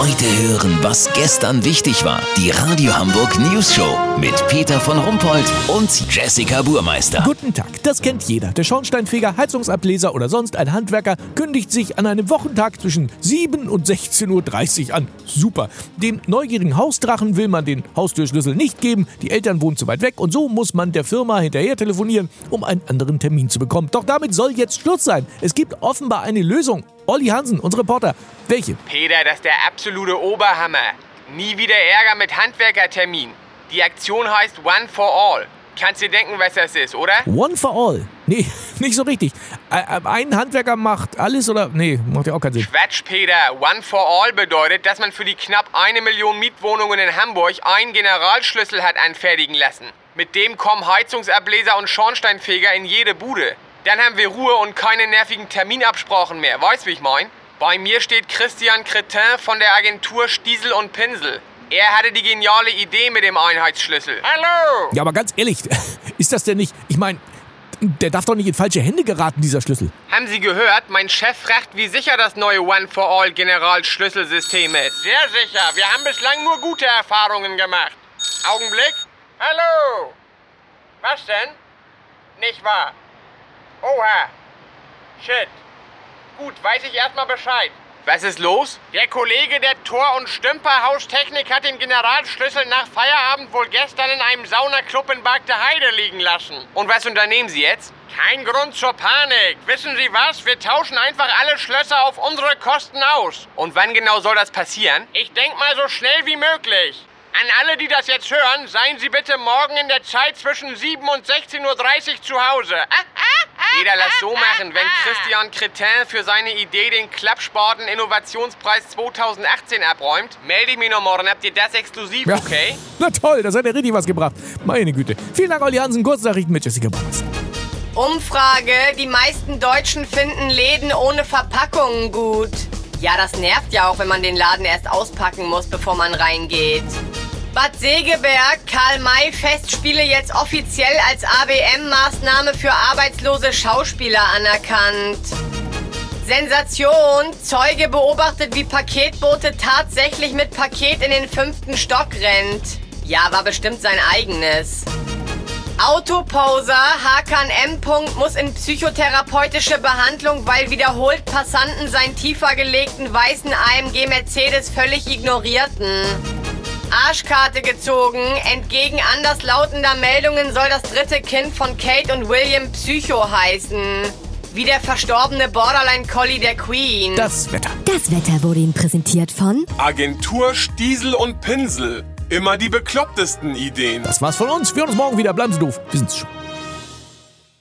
Heute hören, was gestern wichtig war. Die Radio Hamburg News Show mit Peter von Rumpold und Jessica Burmeister. Guten Tag, das kennt jeder. Der Schornsteinfeger, Heizungsableser oder sonst ein Handwerker kündigt sich an einem Wochentag zwischen 7 und 16.30 Uhr an. Super. Dem neugierigen Hausdrachen will man den Haustürschlüssel nicht geben, die Eltern wohnen zu weit weg und so muss man der Firma hinterher telefonieren, um einen anderen Termin zu bekommen. Doch damit soll jetzt Schluss sein. Es gibt offenbar eine Lösung. Olli Hansen, unser Reporter. Welche? Peter, das ist der absolute Oberhammer. Nie wieder Ärger mit Handwerkertermin. Die Aktion heißt One for All. Kannst dir denken, was das ist, oder? One for all? Nee, nicht so richtig. Ein Handwerker macht alles oder? Nee, macht ja auch keinen Sinn. Quatsch, Peter. One for All bedeutet, dass man für die knapp 1 Million Mietwohnungen in Hamburg einen Generalschlüssel hat anfertigen lassen. Mit dem kommen Heizungsableser und Schornsteinfeger in jede Bude. Dann haben wir Ruhe und keine nervigen Terminabsprachen mehr. Weißt, wie ich mein? Bei mir steht Christian Cretin von der Agentur Stiesel und Pinsel. Er hatte die geniale Idee mit dem Einheitsschlüssel. Hallo! Ja, aber ganz ehrlich, ist das denn nicht... Ich meine, der darf doch nicht in falsche Hände geraten, dieser Schlüssel. Haben Sie gehört? Mein Chef fragt, wie sicher das neue One for All Generalschlüsselsystem ist. Sehr sicher. Wir haben bislang nur gute Erfahrungen gemacht. Augenblick. Hallo! Was denn? Nicht wahr? Oha. Shit. Gut, weiß ich erstmal Bescheid. Was ist los? Der Kollege der Tor- und Stümperhaustechnik hat den Generalschlüssel nach Feierabend wohl gestern in einem Saunaclub in Bargte Heide liegen lassen. Und was unternehmen Sie jetzt? Kein Grund zur Panik. Wissen Sie was? Wir tauschen einfach alle Schlösser auf unsere Kosten aus. Und wann genau soll das passieren? Ich denk mal so schnell wie möglich. An alle, die das jetzt hören, seien Sie bitte morgen in der Zeit zwischen 7 und 16.30 Uhr zu Hause. Jeder lass so machen, wenn Christian Cretin für seine Idee den Klappspaten-Innovationspreis 2018 abräumt, melde ich mich noch morgen. Habt ihr das exklusiv, Ja. okay? Na toll, das hat ja richtig was gebracht. Meine Güte. Vielen Dank, Olli Hansen. Kurznachrichten mit Jessica Burmeister. Umfrage, die meisten Deutschen finden Läden ohne Verpackungen gut. Ja, das nervt ja auch, wenn man den Laden erst auspacken muss, bevor man reingeht. Bad Segeberg, Karl-May-Festspiele jetzt offiziell als ABM-Maßnahme für arbeitslose Schauspieler anerkannt. Sensation, Zeuge beobachtet, wie Paketbote tatsächlich mit Paket in den 5. Stock rennt. Ja, war bestimmt sein eigenes. Autoposer, Hakan M. muss in psychotherapeutische Behandlung, weil wiederholt Passanten seinen tiefer gelegten weißen AMG Mercedes völlig ignorierten. Arschkarte gezogen, entgegen anderslautender Meldungen soll das 3. Kind von Kate und William Psycho heißen. Wie der verstorbene Borderline-Collie der Queen. Das Wetter. Das Wetter wurde Ihnen präsentiert von Agentur Stiesel und Pinsel. Immer die beklopptesten Ideen. Das war's von uns. Wir hören uns morgen wieder. Bleiben Sie doof. Wir sind's schon.